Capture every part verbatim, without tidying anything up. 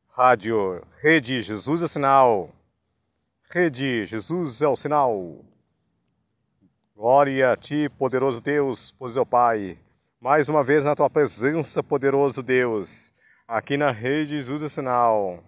Rádio Rede Jesus é o sinal. Rede Jesus é o sinal. Glória a ti, poderoso Deus, pois é o Pai. Mais uma vez na tua presença, poderoso Deus. Aqui na Rede Jesus é o sinal.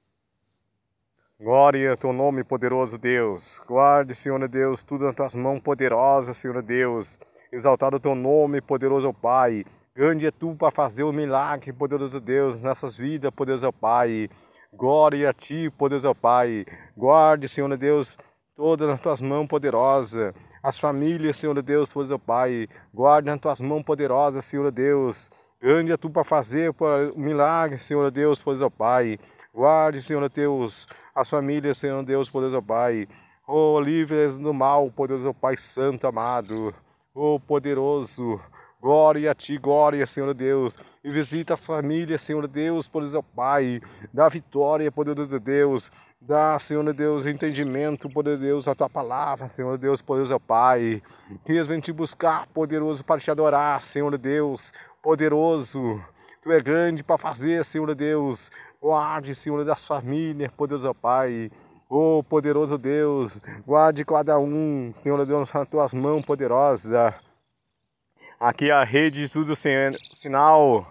Glória ao teu nome, poderoso Deus. Guarde, Senhor Deus, tudo nas tuas mãos poderosas, Senhor Deus. Exaltado o teu nome, poderoso Pai. Grande é tu para fazer o milagre, poderoso Deus, nessas vidas, poderoso Pai. Glória a ti, poderoso Pai. Guarde, Senhor Deus, todas nas tuas mãos poderosas. As famílias, Senhor Deus, poderoso Pai. Guarde nas tuas mãos poderosas, Senhor Deus. Grande é tu para fazer o milagre, Senhor Deus, poderoso Pai. Guarde, Senhor Deus, as famílias, Senhor Deus, poderoso Pai. Oh, livres do mal, poderoso Pai Santo amado. Oh, poderoso. Glória a ti, glória, Senhor Deus. E visita as famílias, Senhor Deus, poderoso Pai. Dá vitória, poderoso Deus. Dá, Senhor Deus, entendimento, poderoso Deus, a tua palavra, Senhor Deus, poderoso Pai. Que eles venham te buscar, poderoso, para te adorar, Senhor Deus, poderoso. Tu é grande para fazer, Senhor Deus. Guarde, Senhor, das famílias, poderoso Pai. Oh, poderoso Deus, guarde cada um, Senhor Deus, nas tuas mãos poderosas. Aqui a Rede Jesus é o sinal.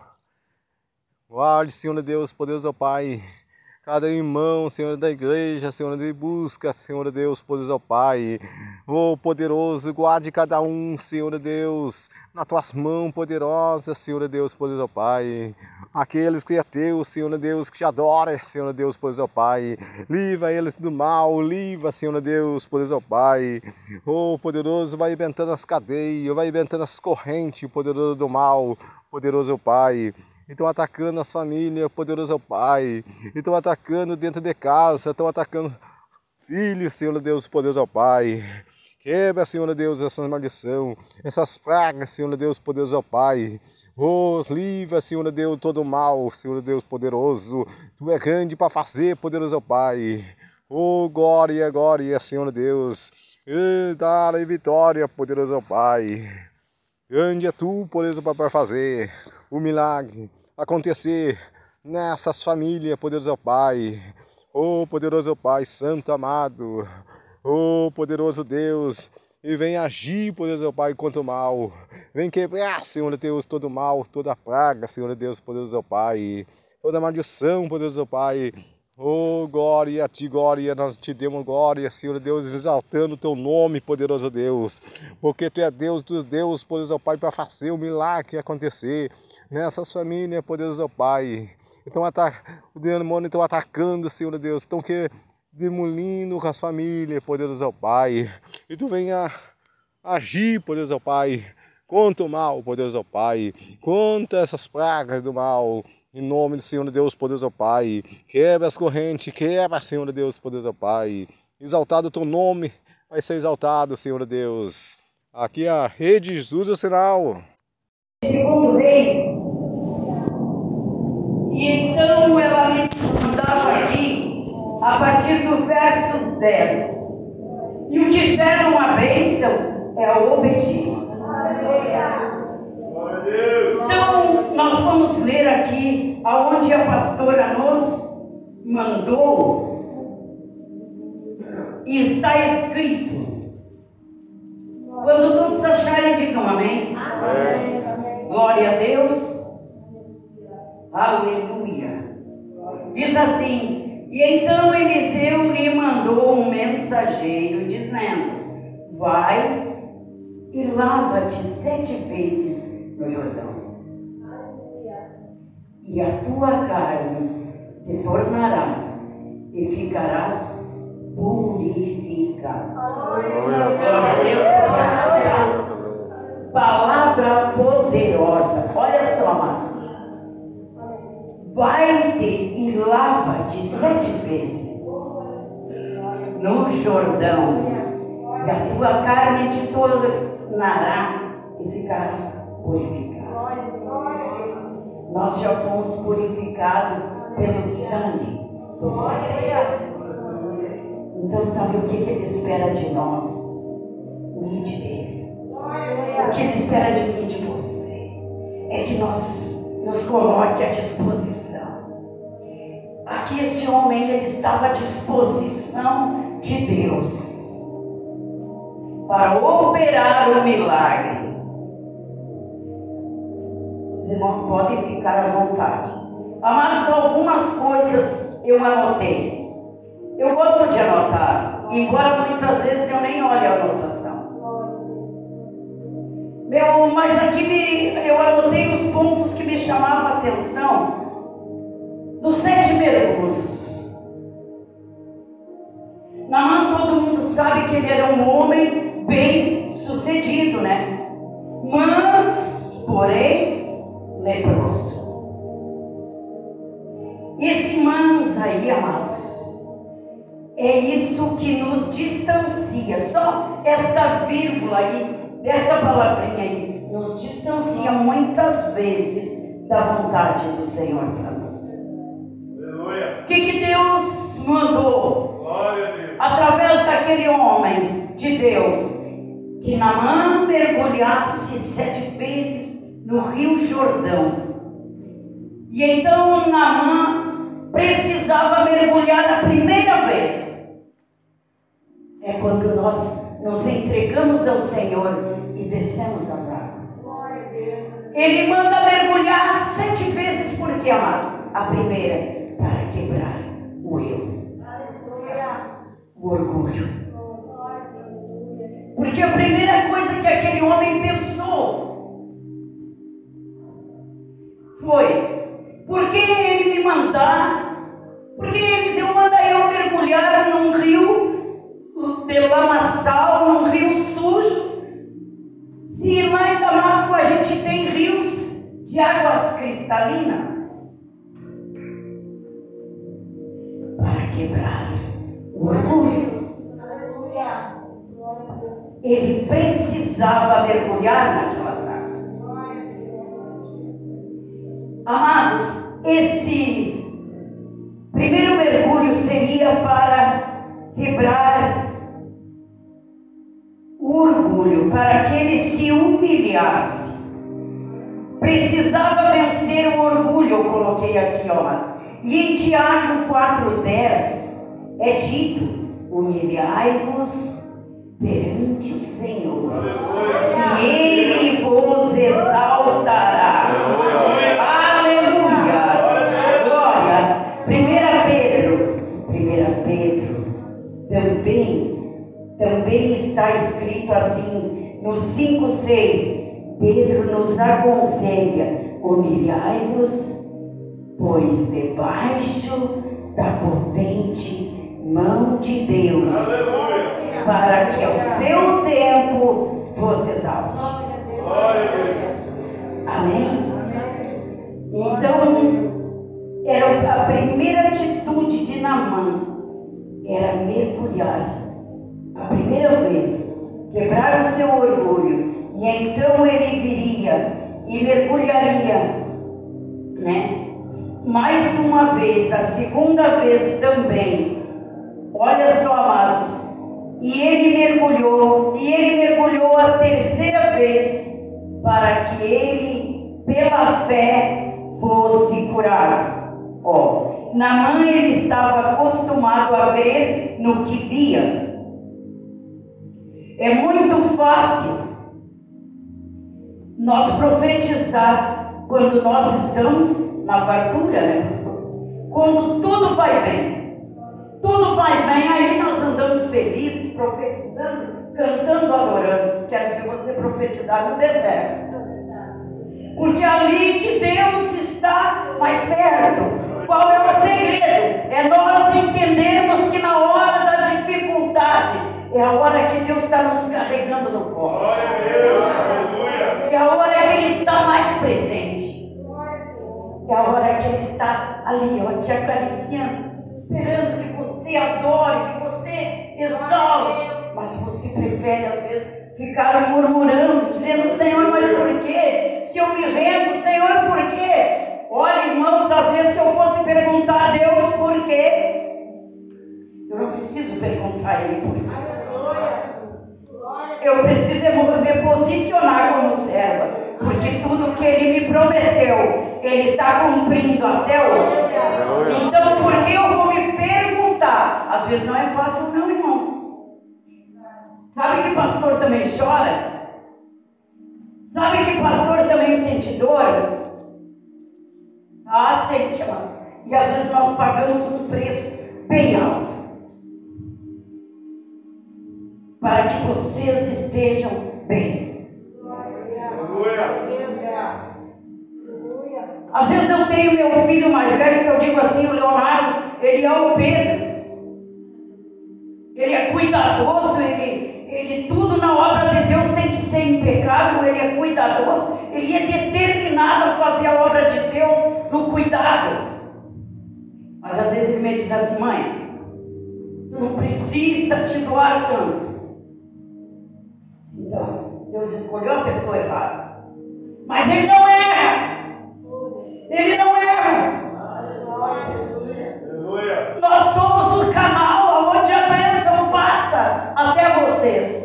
Guarde, Senhor Deus, poderoso Pai. Cada irmão, Senhor da igreja, Senhor de busca, Senhor Deus, poderoso Pai. Oh, poderoso, guarde cada um, Senhor Deus, nas tuas mãos poderosas, Senhor Deus, poderoso Pai. Aqueles que é teu, Senhor Deus, que te adora, Senhor Deus, poderoso Pai. Livra eles do mal, livra, Senhor Deus, poderoso Pai. Oh, poderoso, vai inventando as cadeias, vai inventando as correntes, poderoso do mal, poderoso Pai. Estão atacando as famílias, poderoso Pai. Estão atacando dentro de casa, estão atacando filhos, Senhor Deus, poderoso Pai. Quebra, Senhor Deus, essas maldições, essas pragas, Senhor Deus, poderoso Pai. Oh, livra, Senhor Deus, todo o mal, Senhor Deus, poderoso. Tu é grande para fazer, poderoso Pai. Oh, glória, glória, Senhor Deus. E dá a vitória, poderoso Pai. Grande é tu, poderoso Pai, para fazer o milagre acontecer nessas famílias, poderoso Pai. Oh, poderoso Pai, santo amado. Oh, poderoso Deus. E vem agir, poderoso Pai, contra o mal. Vem quebrar, Senhor Deus, todo o mal, toda a praga, Senhor Deus, poderoso Pai. Toda maldição, poderoso Pai. Oh, glória a ti, glória, nós te demos glória, Senhor Deus, exaltando o teu nome, poderoso Deus. Porque tu é Deus dos deuses, poderoso Pai, para fazer o milagre acontecer nessas famílias, poderoso Pai. Então, o demônio estão atacando, Senhor Deus, estão que demolindo com as famílias, poderoso Pai. E tu venha agir, poderoso Pai, contra o mal, poderoso Pai, contra essas pragas do mal. Em nome do Senhor Deus, poderoso Pai, quebra as correntes, quebra, Senhor Deus, poderoso Pai. Exaltado o teu nome, vai ser exaltado, Senhor Deus. Aqui a Rede Jesus é o sinal. Segundo Reis, e então ela me mandava aqui, a partir do versos dez. E o que gera uma bênção é a obediência. Então, nós vamos ler aqui aonde a pastora nos mandou, e está escrito. Quando todos acharem, digam amém. Amém. Glória a Deus. Aleluia. Diz assim: e então Eliseu lhe mandou um mensageiro, dizendo: vai e lava-te sete vezes no Jordão, e a tua carne te tornará e ficarás purificado. Glória a Deus. Palavra poderosa. Olha só, amados. Vai-te e lava-te sete vezes no Jordão, e a tua carne te tornará e ficarás purificado. Nós já fomos purificados pelo sangue do Cordeiro. Então, sabe o que ele espera de nós? O ir dele. O que ele espera de mim e de você é que nós nos coloque à disposição. aqui esse homem, ele estava à disposição de Deus para operar o milagre. Os irmãos podem ficar à vontade. Amados, algumas coisas eu anotei. Eu gosto de anotar, embora muitas vezes eu nem olhe a anotação. Meu, mas aqui me, eu anotei os pontos que me chamavam a atenção dos sete mergulhos. Naamã, todo mundo sabe que ele era um homem bem sucedido, né? Mas, porém, leproso. Esse mas aí, amados, é isso que nos distancia. Só esta vírgula aí, desta palavrinha aí, nos distancia muitas vezes da vontade do Senhor para nós. O que, que Deus mandou? Através daquele homem de Deus, que Naamã mergulhasse sete vezes no Rio Jordão. E então Naamã precisava mergulhar a primeira vez. É quando nós nos entregamos ao Senhor e descemos as águas. Ele manda mergulhar sete vezes, por quê, amado? A primeira, para quebrar o eu, o orgulho. Porque a primeira coisa que aquele homem pensou foi: por que ele me mandar? Por que eles iam mandar eu mergulhar num rio de lamaçal, num rio sujo? Se lá em Damasco a gente tem rios de águas cristalinas. Para quebrar o orgulho. Ele precisava mergulhar naquelas águas. Amados, esse primeiro mergulho seria para quebrar o orgulho, para que ele se humilhasse. Precisava vencer o orgulho, eu coloquei aqui, ó. E em Tiago quatro, dez é dito: humilhai-vos perante o Senhor, e Ele vos exaltará. Aleluia! Glória! Primeira Pedro, Primeira Pedro, também, também está escrito assim, no cinco, seis, Pedro nos aconselha: humilhai-vos, pois debaixo da potente mão de Deus, para que ao seu tempo vos exalte. Amém? Então, era a primeira atitude de Naamã, era mergulhar, a primeira vez, quebrar o seu orgulho, e então ele viria e mergulharia, né? Mais uma vez, a segunda vez também. Olha só, amados. E ele mergulhou, e ele mergulhou a terceira vez, para que ele, pela fé, fosse curado. Ó, Naamã, ele estava acostumado a crer no que via. É muito fácil nós profetizar quando nós estamos na fartura, né, pastor? Quando tudo vai bem. Tudo vai bem, aí nós andamos felizes, profetizando, cantando, adorando. Quero que você profetizar no deserto. Porque é ali que Deus está mais perto. Qual é o segredo? É nós entendermos que na hora da dificuldade é a hora que Deus está nos carregando no colo. É a hora que Ele está mais presente. É a hora que Ele está ali, ó, te acariciando, esperando que você adore, que você exalte. Mas você prefere às vezes ficar murmurando, dizendo: Senhor, mas por quê? Se eu me rendo, Senhor, por quê? Olha, irmãos, às vezes se eu fosse perguntar a Deus por quê, eu não preciso perguntar a Ele por quê. Eu preciso me posicionar como serva, porque tudo que Ele me prometeu, Ele está cumprindo até hoje. Então, por que eu vezes não é fácil não, irmãos. Sabe que pastor também chora? Sabe que pastor também sente dor? Ah, sente, amado. E às vezes nós pagamos um preço bem alto para que vocês estejam bem. Às vezes eu tenho meu filho mais velho, que eu digo assim, o Leonardo, ele é o Pedro. Ele é cuidadoso, ele, ele tudo na obra de Deus tem que ser impecável, ele é cuidadoso, ele é determinado a fazer a obra de Deus no cuidado. Mas às vezes ele me diz assim, mãe, tu não precisa te doar tanto. Então, Deus escolheu a pessoa errada. Mas ele não erra. Ele não erra. Nós somos o canal onde a bênção passa até vocês.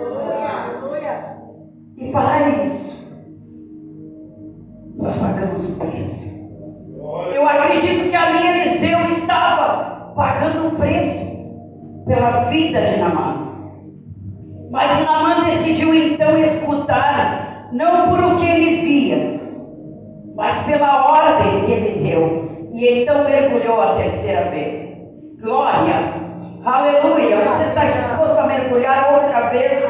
E para isso, nós pagamos o preço. Eu acredito que ali Eliseu estava pagando o preço pela vida de Naamã. Mas Naamã decidiu então escutar, não por o que ele via, mas pela ordem de Eliseu. E então mergulhou a terceira vez. Glória! Aleluia! Você está disposto a mergulhar outra vez?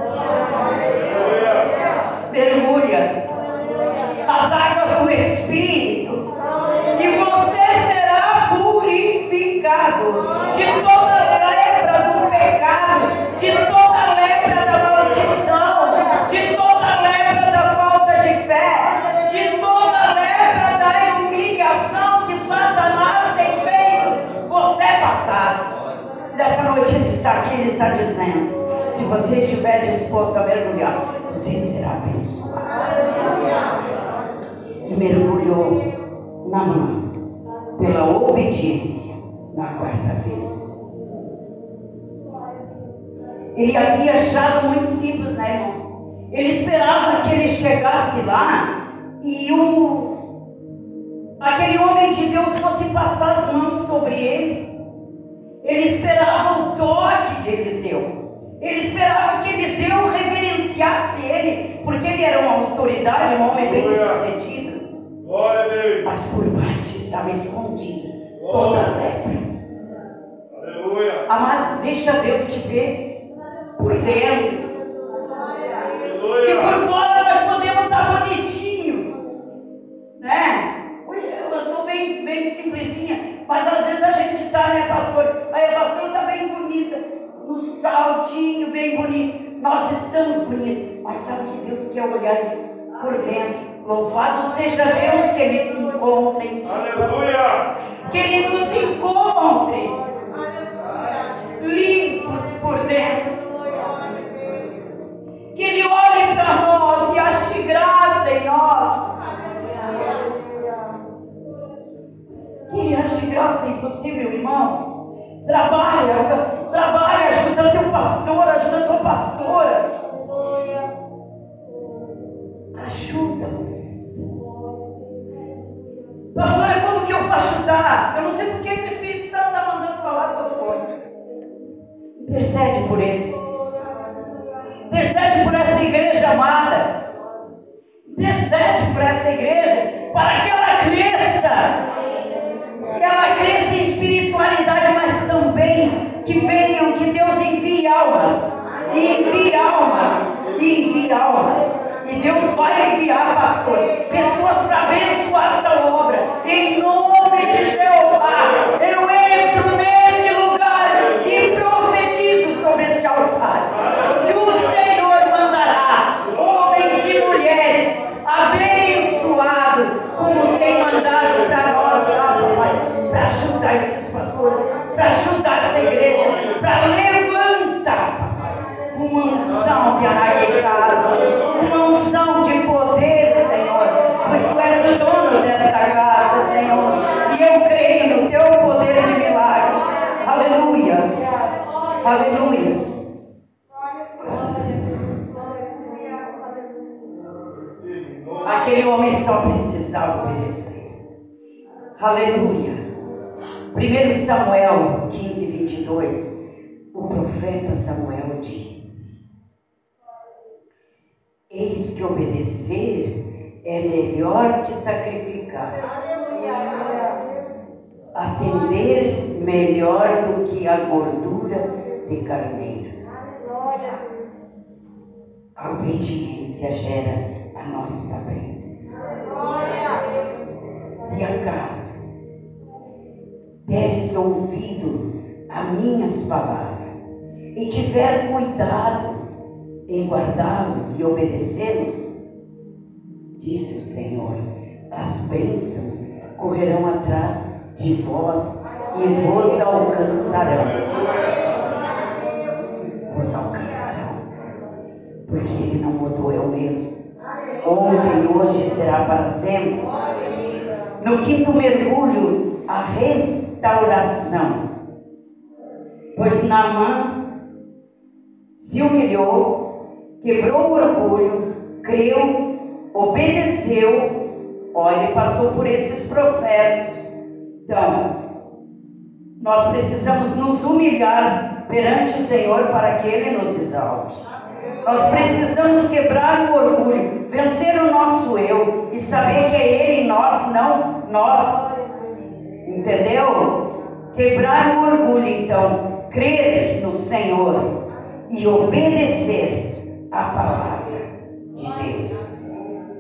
Mergulha nas águas do Espírito. E você será purificado de toda lepra do pecado, de toda lepra da maldição, de toda lepra da falta de fé, de toda lepra da humilhação que Satanás tem feito você passar. Nessa noite ele está aqui, ele está dizendo, se você estiver disposto a mergulhar, você será abençoado. E mergulhou na mão pela obediência na quarta vez. Ele havia achado muito simples, né, irmãos? Ele esperava que ele chegasse lá e o aquele homem de Deus fosse passar as mãos sobre ele. Ele esperava o toque de Eliseu. Ele esperava que Eliseu reverenciasse ele, porque ele era uma autoridade, um homem bem sucedido. Mas por baixo estava escondida toda a lepra. Aleluia. Amados, deixa Deus te ver por dentro. Aleluia. Que por fora nós podemos estar bonitinho, né? Eu estou bem, bem simplesinha, mas às vezes a gente está, né, pastor? Aí a pastora está bem bonita, no saltinho, bem bonito. Nós estamos bonitos, mas sabe que Deus quer olhar isso por dentro. Louvado seja Deus que Ele encontre em ti. Aleluia. Que Ele nos encontre limpos por dentro. Que Ele olhe para nós e ache graça em nós. Que Ele ache graça em você, meu irmão. Trabalha, trabalha, ajuda teu pastor, ajuda tua pastora. Ajuda-nos. Pastora, como que eu faço ajudar? Eu não sei por que o Espírito Santo está mandando falar essas coisas. Intercede por eles. Intercede por essa igreja amada. Intercede por essa igreja para que ela cresça. Que ela cresça em espiritualidade, mas também que venham, que Deus envie almas. E envie almas. E envie almas. E Deus vai enviar, pastor, pessoas para abençoar esta obra. Em nome de Jeová, eu entro neste lugar e profetizo sobre este altar. Que o Senhor mandará homens e mulheres abençoados, como tem mandado para nós lá, papai, para ajudar esses pastores, para ajudar essa igreja, para levantar, papai, uma unção de Araguecaso, uma unção de poder, Senhor, pois Tu és o dono desta casa, Senhor, e eu creio no Teu poder de milagres. Aleluias, aleluias. Aquele homem só precisava obedecer. Aleluia. primeiro Samuel quinze, vinte e dois, o profeta Samuel disse: eis que obedecer é melhor que sacrificar, atender melhor do que a gordura de carneiros. A obediência gera a nossa bênção. Se acaso deres ouvido a minhas palavras e tiver cuidado em guardá-los e obedecê-los, diz o Senhor, as bênçãos correrão atrás de vós e vos alcançarão. Vos alcançarão. Porque Ele não mudou, é o mesmo. Ontem, hoje e será para sempre. No quinto mergulho, a restauração. Pois Naamã se humilhou, quebrou o orgulho, creu, obedeceu. Olha, ele passou por esses processos. Então, nós precisamos nos humilhar perante o Senhor para que Ele nos exalte. Nós precisamos quebrar o orgulho, vencer o nosso eu e saber que é Ele e nós, não nós. Entendeu? Quebrar o orgulho, então, crer no Senhor e obedecer a palavra de Deus.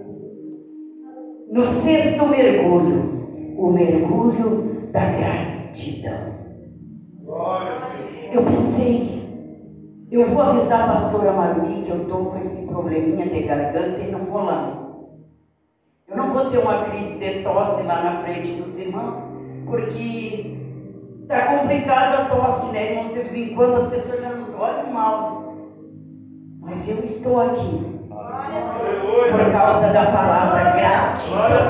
No sexto mergulho, o mergulho da gratidão. Eu pensei, eu vou avisar a pastora Marli que eu estou com esse probleminha de garganta e não vou lá. Eu não vou ter uma crise de tosse lá na frente dos irmãos, porque está complicada a tosse, né, irmãos? De vez em quando as pessoas já nos olham mal. Mas eu estou aqui por causa da palavra gratidão.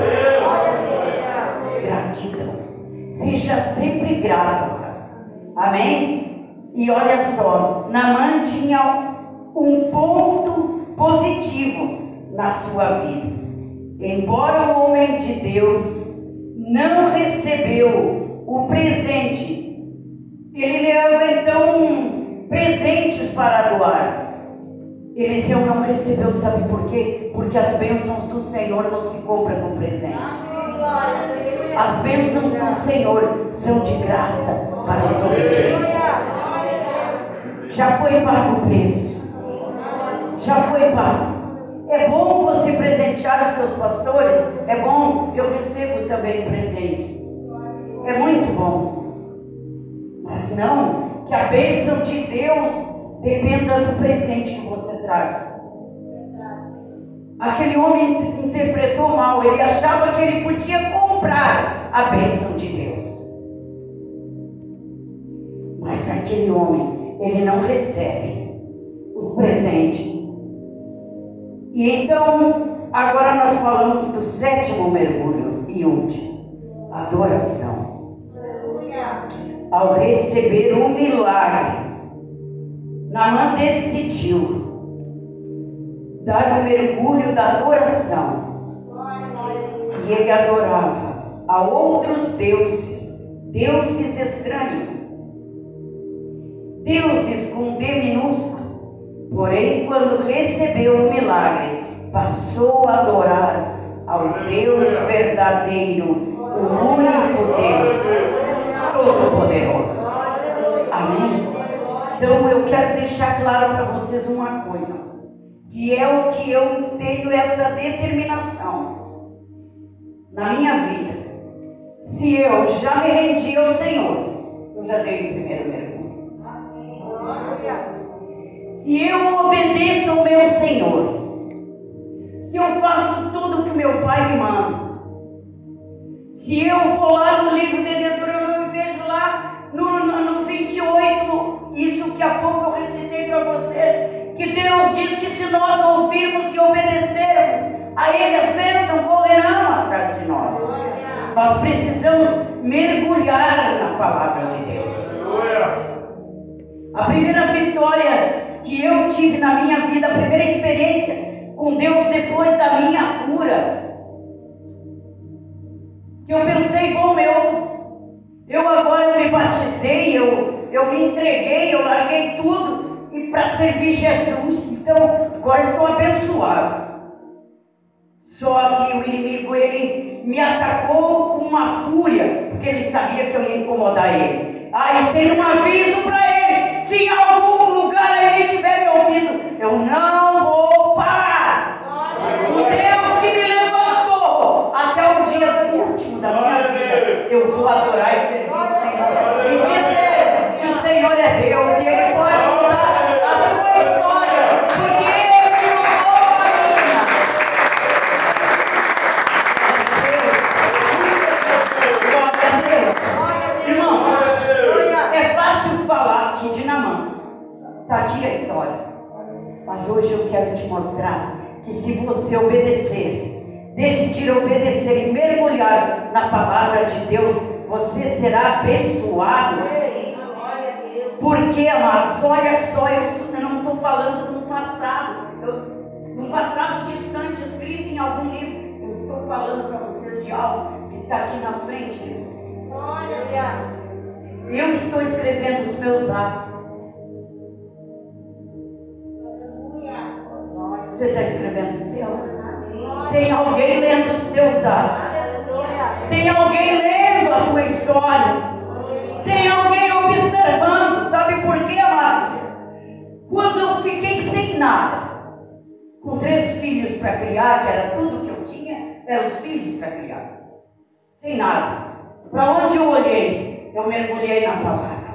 Gratidão. Seja sempre grato. Amém? E olha só, Naamã tinha um ponto positivo na sua vida. Embora o homem de Deus não recebeu o presente, ele leva então presentes para doar. Eliseu não recebeu, sabe por quê? Porque as bênçãos do Senhor não se compram com presente. As bênçãos do Senhor são de graça para os obedientes. Já foi pago o preço. Já foi pago. É bom você presentear os seus pastores. É bom, eu recebo também presentes. É muito bom. Mas não que a bênção de Deus dependa do presente que você traz. Aquele homem interpretou mal. Ele achava que ele podia comprar a bênção de Deus. Mas aquele homem, ele não recebe os presentes. E então, agora nós falamos do sétimo mergulho e último, adoração. Ao receber um milagre, Naamã decidiu dar o mergulho da adoração. E ele adorava a outros deuses, deuses estranhos, deuses com D minúsculo. Porém, quando recebeu o milagre, passou a adorar ao Deus verdadeiro, o único Deus, todo-poderoso. Amém? Então eu quero deixar claro para vocês uma coisa, que é o que eu tenho essa determinação na minha vida. Se eu já me rendi ao Senhor, eu já dei o primeiro mergulho. Se eu obedeço ao meu Senhor, se eu faço tudo o que o meu Pai me manda, se eu vou lá no livro de Deuteronômio, eu vejo lá no, no, no vinte e oito, isso que há pouco eu recitei para vocês, que Deus diz que se nós ouvirmos e obedecermos a Ele, as bênçãos correrão atrás de nós. Nós precisamos mergulhar na palavra de Deus. A primeira vitória que eu tive na minha vida, a primeira experiência com Deus depois da minha cura, que eu pensei, bom, eu, Eu agora me batizei, eu, eu me entreguei, eu larguei tudo e para servir Jesus. Então, agora estou abençoado. Só que o inimigo, ele me atacou com uma fúria, porque ele sabia que eu ia incomodar ele. Aí tem um aviso para ele: se em algum lugar ele estiver me ouvindo, eu não vou parar. O Deus que me levantou até o dia último da minha vida, eu vou adorar e servir o Senhor. E dizer que o Senhor é Deus e Ele pode mudar a tua história, porque Ele mudou a minha. Glória a Deus. Irmãos, é fácil falar aqui de Naamã. Está aqui a história. Mas hoje eu quero te mostrar que se você obedecer, decidir obedecer e mergulhar na palavra de Deus, você será abençoado. Porque, amados, olha só, eu não estou falando do passado, eu, no passado distante, escrito em algum livro. Eu estou falando para vocês de algo que está aqui na frente de vocês. Eu estou escrevendo os meus atos. Você está escrevendo os teus? Tem alguém lendo os teus atos. Tem alguém lendo a tua história. Tem alguém observando. Sabe por quê, Márcia? Quando eu fiquei sem nada, com três filhos para criar, que era tudo que eu tinha, eram os filhos para criar. Sem nada. Para onde eu olhei? Eu mergulhei na palavra.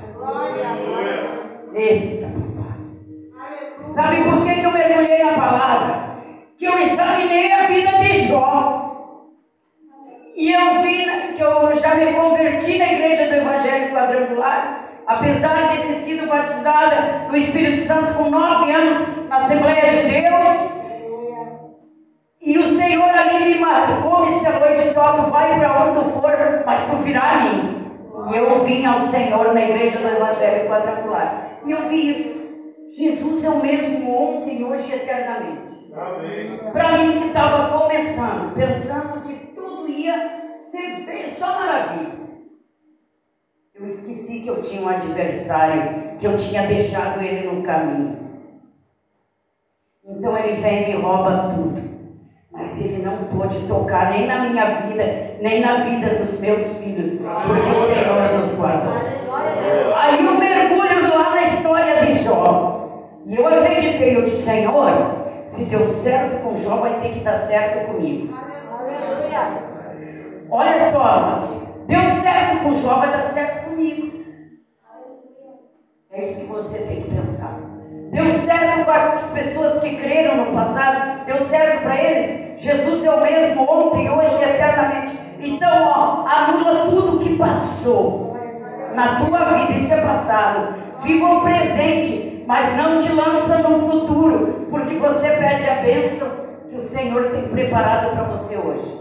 Eita, papai. Sabe por que que eu mergulhei na palavra? Que eu examinei a vida de Jó. E eu vi que eu já me converti na igreja do Evangelho Quadrangular, apesar de ter sido batizada no Espírito Santo com nove anos na Assembleia de Deus. E o Senhor ali me marcou, me selou e disse: ó, tu vai para onde tu for, mas tu virá a mim. E eu vim ao Senhor na igreja do Evangelho Quadrangular. E eu vi isso. Jesus é o mesmo ontem, hoje e eternamente. Para mim que estava começando, pensando que tudo ia ser bem, só maravilha. Eu esqueci que eu tinha um adversário, que eu tinha deixado ele no caminho. Então ele vem e me rouba tudo. Mas ele não pôde tocar nem na minha vida, nem na vida dos meus filhos, porque o Senhor nos guardou. Aí eu mergulho lá na história de Jó. E eu acreditei, eu disse: Senhor, se deu certo com Jó, vai ter que dar certo comigo. Olha só, amados, deu certo com Jó, vai dar certo comigo. É isso que você tem que pensar. Deu certo com as pessoas que creram no passado, deu certo para eles. Jesus é o mesmo ontem, hoje e eternamente. Então, ó, anula tudo que passou na tua vida, isso é passado. Viva o presente, mas não te lança no futuro, porque você perde a bênção que o Senhor tem preparado para você hoje.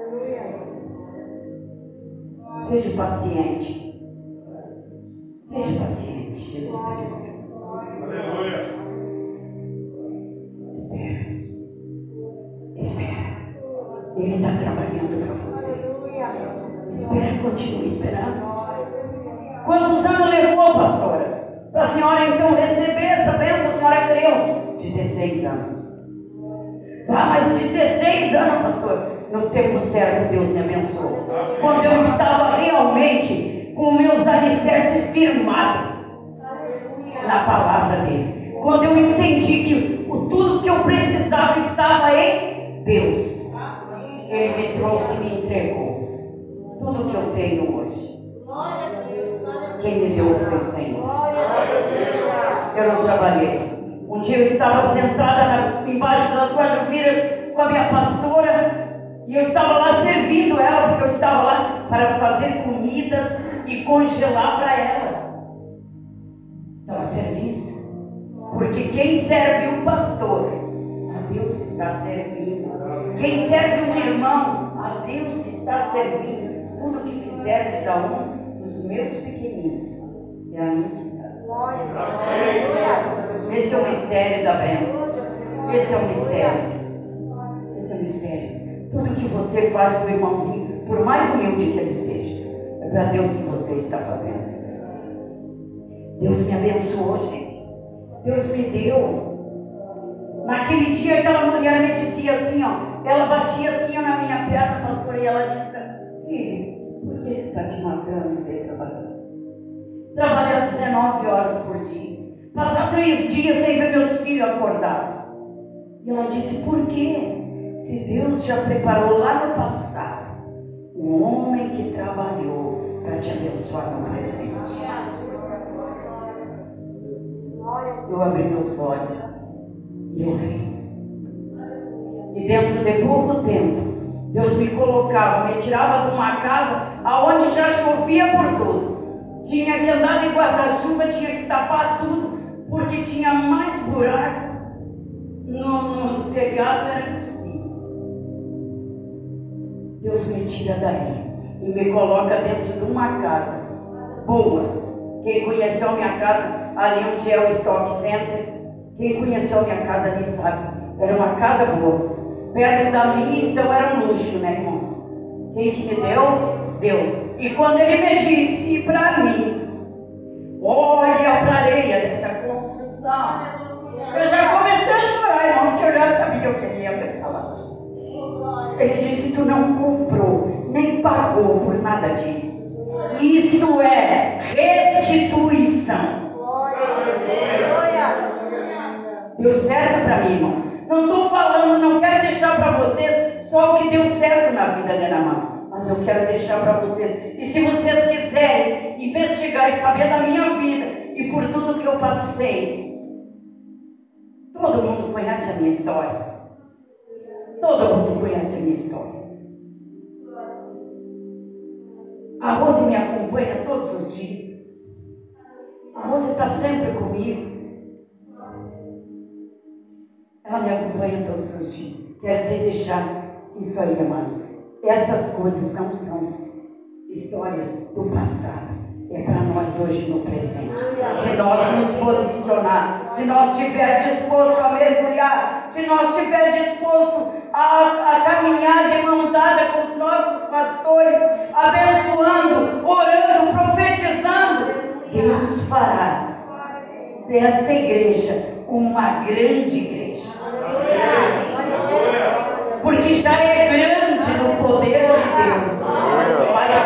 Seja paciente. Seja paciente. Jesus Aleluia. Espera. Espera. Ele está trabalhando para você. Espera, continue esperando. Quantos anos levou, pastora, para a senhora então receber essa bênção? A senhora creu? dezesseis anos. Ah, mas dezesseis anos, pastor. No tempo certo Deus me abençoou. Quando eu estava realmente com meus alicerces firmados na palavra dele. Quando eu entendi que o, tudo que eu precisava estava em Deus. Ele me trouxe e me entregou tudo que eu tenho hoje. Quem me deu foi o Senhor. Eu não trabalhei. Um dia eu estava sentada na, embaixo das guarda-viras com a minha pastora. E eu estava lá servindo ela, porque eu estava lá para fazer comidas e congelar para ela. Estava a serviço. Porque quem serve um pastor, a Deus está servindo. Quem serve um irmão, a Deus está servindo. Tudo que fizerdes a um dos meus pequeninos, é a mim que está. Esse é o mistério da bênção. Esse é o mistério. Esse é o mistério. Tudo que você faz para o irmãozinho, por mais humilde que ele seja, para Deus que você está fazendo. Deus me abençoou, gente. Deus me deu. Naquele dia aquela mulher me dizia assim, ó, ela batia assim ó, na minha perna, pastor, e ela disse, filho, por que tu está te matando de trabalhar? Trabalhar dezenove horas por dia, passar três dias sem ver meus filhos acordados. E ela disse, por quê? Se Deus já preparou lá no passado um homem que trabalhou para te abençoar no presente. Eu abri meus olhos e eu vi. E dentro de pouco tempo, Deus me colocava, me tirava de uma casa aonde já chovia por tudo. Tinha que andar de guarda-chuva, tinha que tapar tudo, porque tinha mais buraco no, no telhado, era impossível. Deus me tira dali e me coloca dentro de uma casa boa. Quem conheceu minha casa, ali onde é o Stock Center, quem conheceu minha casa ali sabe, era uma casa boa. Perto da minha, então era um luxo, né, irmãos? Quem que me deu? Deus. E quando Ele me disse para mim, olha para a areia dessa construção, eu já comecei a chorar, irmãos, que eu já sabia o que Ele ia me falar. Ele disse, tu não comprou, nem pagou por nada disso. Isso é restituição. Deu certo para mim, irmãos. Não estou falando, não quero deixar para vocês só o que deu certo na vida de Naamã, mas eu quero deixar para vocês. E se vocês quiserem investigar e saber da minha vida e por tudo que eu passei, todo mundo conhece a minha história. Todo mundo conhece a minha história. A Rose me acompanha todos os dias. A Rose está sempre comigo. Ela me acompanha todos os dias. Quero te deixar isso aí, amados. Essas coisas não são histórias do passado. É para nós hoje no presente. Se nós nos posicionar, se nós estiver disposto a mergulhar, se nós estiver disposto a, a caminhar de mão dada com os nossos pastores, abençoando, orando, profetizando, Deus fará desta igreja uma grande igreja. Porque já é grande no poder de Deus. Vai